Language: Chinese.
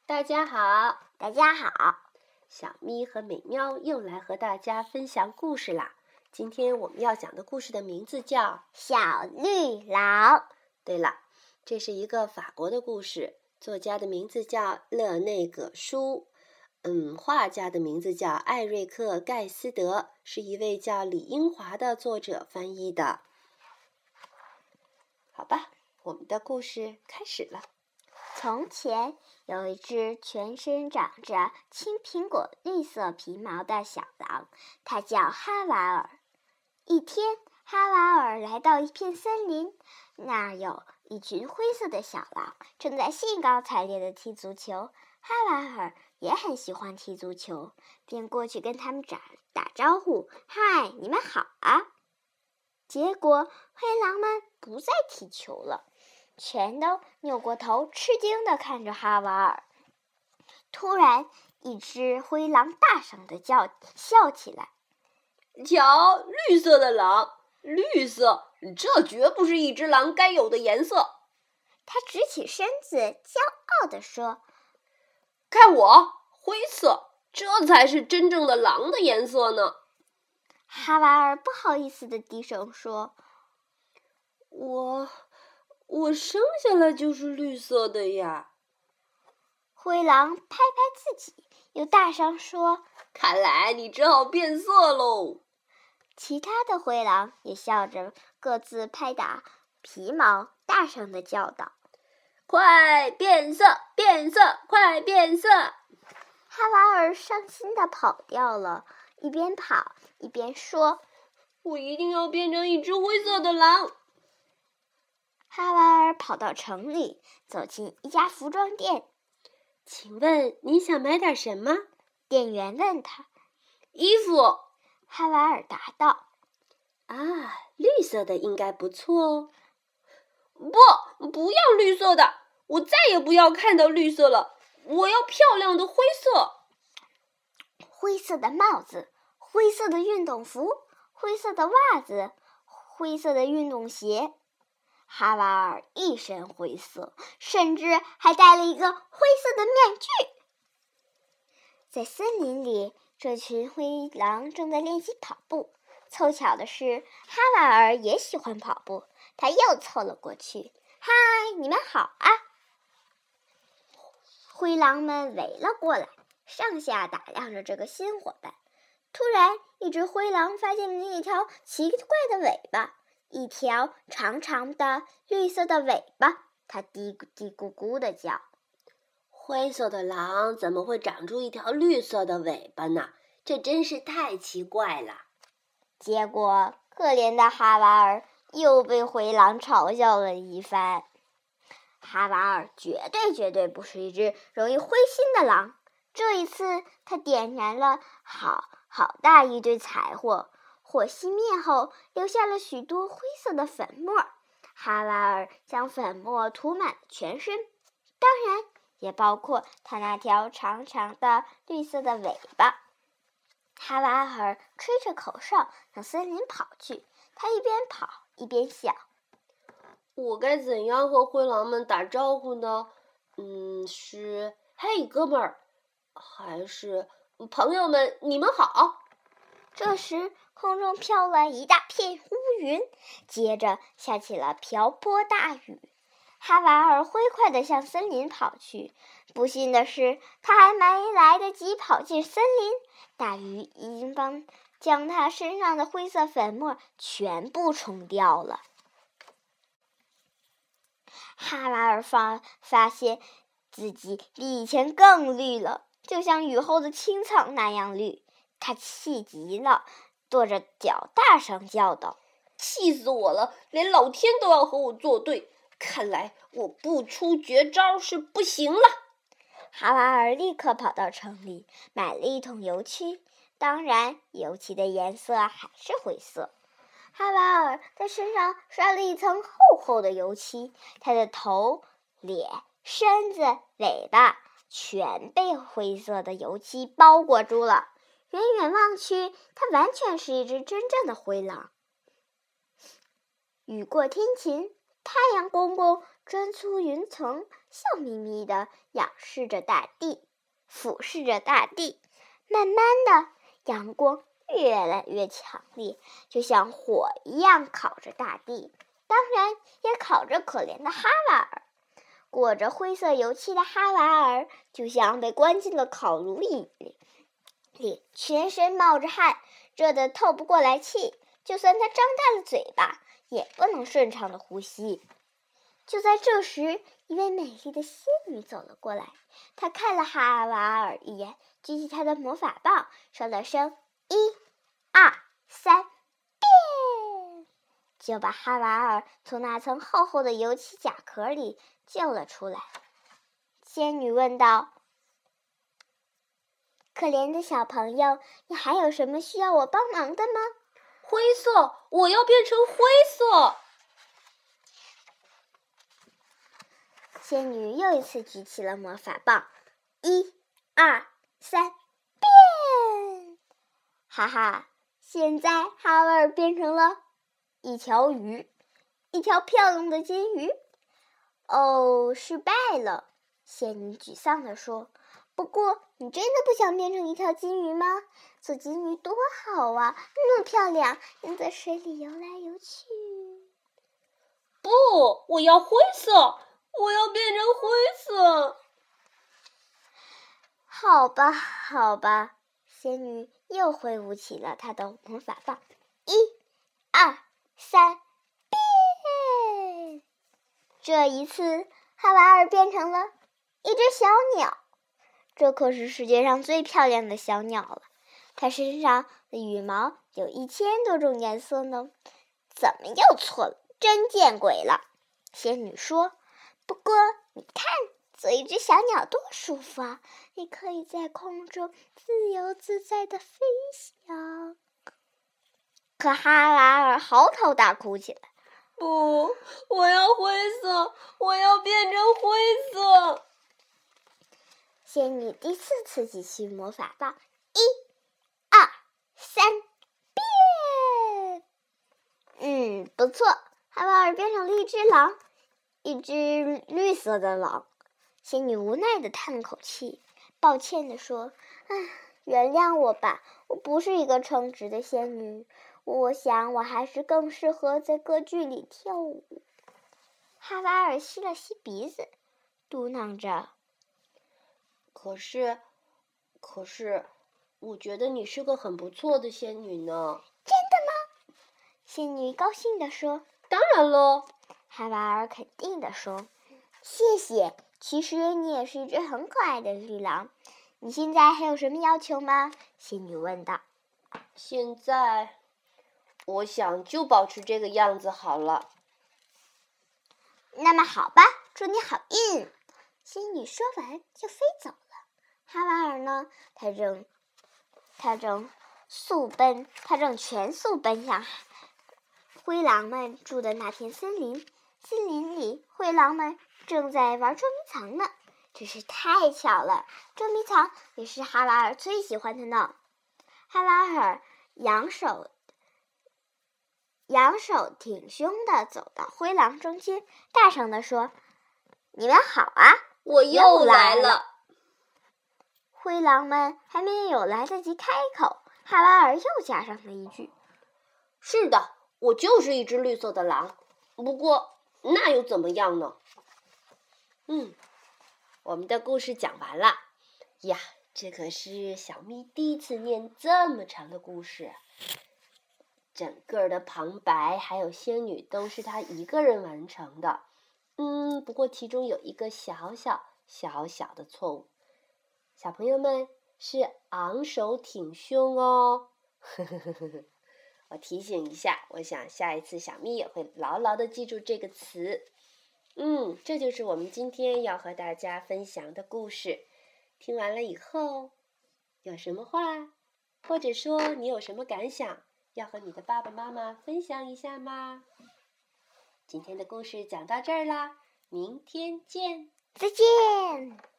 大家好， 大家好， 小咪和美喵又来和大家分享故事啦。今天我们要讲的故事的名字叫《 小绿狼》。 对了，这是一个法国的故事，作家的名字叫勒内葛舒，画家的名字叫艾瑞克·盖斯德，是一位叫李英华的作者翻译的。好吧，我们的故事开始了。 从前有一只全身长着青苹果绿色皮毛的小狼，它叫哈瓦尔。一天，哈瓦尔来到一片森林，那儿有一群灰色的小狼，正在兴高采烈地踢足球。哈瓦尔也很喜欢踢足球，便过去跟他们打招呼：“嗨，你们好啊！”结果灰狼们不再踢球了，全都扭过头，吃惊地看着哈瓦尔。突然，一只灰狼大声地笑起来：“ 瞧，绿色的狼，绿色，这绝不是一只狼该有的颜色。” 他直起身子，骄傲地说：“ 看我，灰色，这才是真正的狼的颜色呢。” 哈瓦尔不好意思地低声说：“ 我生下来就是绿色的呀。” 灰狼拍拍自己，又大声说：“ 看来你只好变色喽。” 其他的灰狼也笑着各自拍打皮毛，大声地叫道：“ 快变色，变色，快变色！” 哈瓦尔伤心地跑掉了，一边跑一边说：“ 我一定要变成一只灰色的狼。” 哈瓦尔跑到城里，走进一家服装店。 “请问你想买点什么？” 店员问他。 “衣服。” 哈瓦尔答道。 “啊，绿色的应该不错哦。”“不要绿色的，我再也不要看到绿色了，我要漂亮的灰色。” 灰色的帽子，灰色的运动服，灰色的袜子，灰色的运动鞋。哈瓦尔一身灰色，甚至还戴了一个灰色的面具。在森林里，这群灰狼正在练习跑步。凑巧的是，哈瓦尔也喜欢跑步，他又凑了过去。“嗨，你们好啊！”灰狼们围了过来，上下打量着这个新伙伴。突然，一只灰狼发现了一条奇怪的尾巴，一条长长的绿色的尾巴。它嘀咕嘀咕咕地叫：“ 灰色的狼怎么会长出一条绿色的尾巴呢？这真是太奇怪了。” 结果，可怜的哈瓦尔又被灰狼嘲笑了一番。哈瓦尔绝对不是一只容易灰心的狼。这一次，他点燃了好大一堆柴火，火熄灭后，留下了许多灰色的粉末。哈瓦尔将粉末涂满了全身，当然也包括他那条长长的绿色的尾巴。哈瓦尔吹着口哨向森林跑去，他一边跑一边想：“ 我该怎样和灰狼们打招呼呢？是‘嘿，哥们儿’，还是‘朋友们，你们好’？” 这时，空中飘来一大片乌云，接着下起了瓢泼大雨。哈瓦尔飞快地向森林跑去，不幸的是，他还没来得及跑进森林，大雨已经将他身上的灰色粉末全部冲掉了。哈瓦尔发现自己比以前更绿了，就像雨后的青草那样绿。他气极了，跺着脚大声叫道：“ 气死我了！连老天都要和我作对，看来我不出绝招是不行了。” 哈瓦尔立刻跑到城里，买了一桶油漆，当然，油漆的颜色还是灰色。哈瓦尔在身上刷了一层厚厚的油漆，他的头、脸、身子、尾巴全被灰色的油漆包裹住了。远远望去，它完全是一只真正的灰狼。雨过天晴，太阳公公钻出云层，笑眯眯地仰视着大地，俯视着大地。慢慢的，阳光越来越强烈，就像火一样烤着大地，当然也烤着可怜的哈瓦尔。裹着灰色油漆的哈瓦尔就像被关进了烤炉里，全身冒着汗，热得透不过来气，就算他张大了嘴巴，也不能顺畅地呼吸。就在这时，一位美丽的仙女走了过来，她看了哈瓦尔一眼，举起她的魔法棒，说了声1、2、3，变，就把哈瓦尔从那层厚厚的油漆甲壳里救了出来。仙女问道：“可怜的小朋友，你还有什么需要我帮忙的吗？” 灰色，我要变成灰色。 仙女又一次举起了魔法棒，1、2、3，变！哈哈，现在哈瓦尔变成了一条鱼，一条漂亮的金鱼。哦，失败了，仙女沮丧地说。不过，你真的不想变成一条金鱼吗？做金鱼多好啊，那么漂亮，能在水里游来游去。 不，我要灰色，我要变成灰色。 好吧，好吧，仙女又挥舞起了她的魔法棒，1、2、3，变！这一次，哈瓦尔变成了一只小鸟。这可是世界上最漂亮的小鸟了，它身上的羽毛有1000多种颜色呢。怎么又错了？真见鬼了！仙女说。不过，你看，做一只小鸟多舒服啊！你可以在空中自由自在地飞翔。可哈瓦尔嚎啕大哭起来。 不，我要灰色，我要变成灰色。 仙女第4次举起魔法棒，1、2、3，变！不错，哈瓦尔变成了一只狼，一只绿色的狼。仙女无奈地叹了口气，抱歉地说：“原谅我吧，我不是一个称职的仙女。我想我还是更适合在歌剧里跳舞。”哈瓦尔吸了吸鼻子，嘟囔着。 可是，我觉得你是个很不错的仙女呢。 真的吗？仙女高兴地说。 当然喽， 哈瓦尔肯定地说。谢谢，其实你也是一只很可爱的绿狼。你现在还有什么要求吗？仙女问道。 现在，我想就保持这个样子好了。 那么好吧，祝你好运。仙女说完就飞走了。哈瓦尔呢？他正全速奔向灰狼们住的那片森林。森林里，灰狼们正在玩捉迷藏呢。真是太巧了，捉迷藏也是哈瓦尔最喜欢的呢。哈瓦尔仰首挺胸地走到灰狼中间，大声地说：“你们好啊， 我又来了。” 灰狼们还没有来得及开口，哈瓦尔又加上了一句：“ 是的，我就是一只绿色的狼。不过那又怎么样呢？”我们的故事讲完了呀，这可是小咪第一次念这么长的故事，整个的旁白还有仙女都是她一个人完成的。不过其中有一个小小的错误，小朋友们是昂首挺胸哦。我提醒一下，我想下一次小咪也会牢牢地记住这个词。这就是我们今天要和大家分享的故事。听完了以后，有什么话，或者说你有什么感想，要和你的爸爸妈妈分享一下吗？今天的故事讲到这儿啦，明天见， 再见。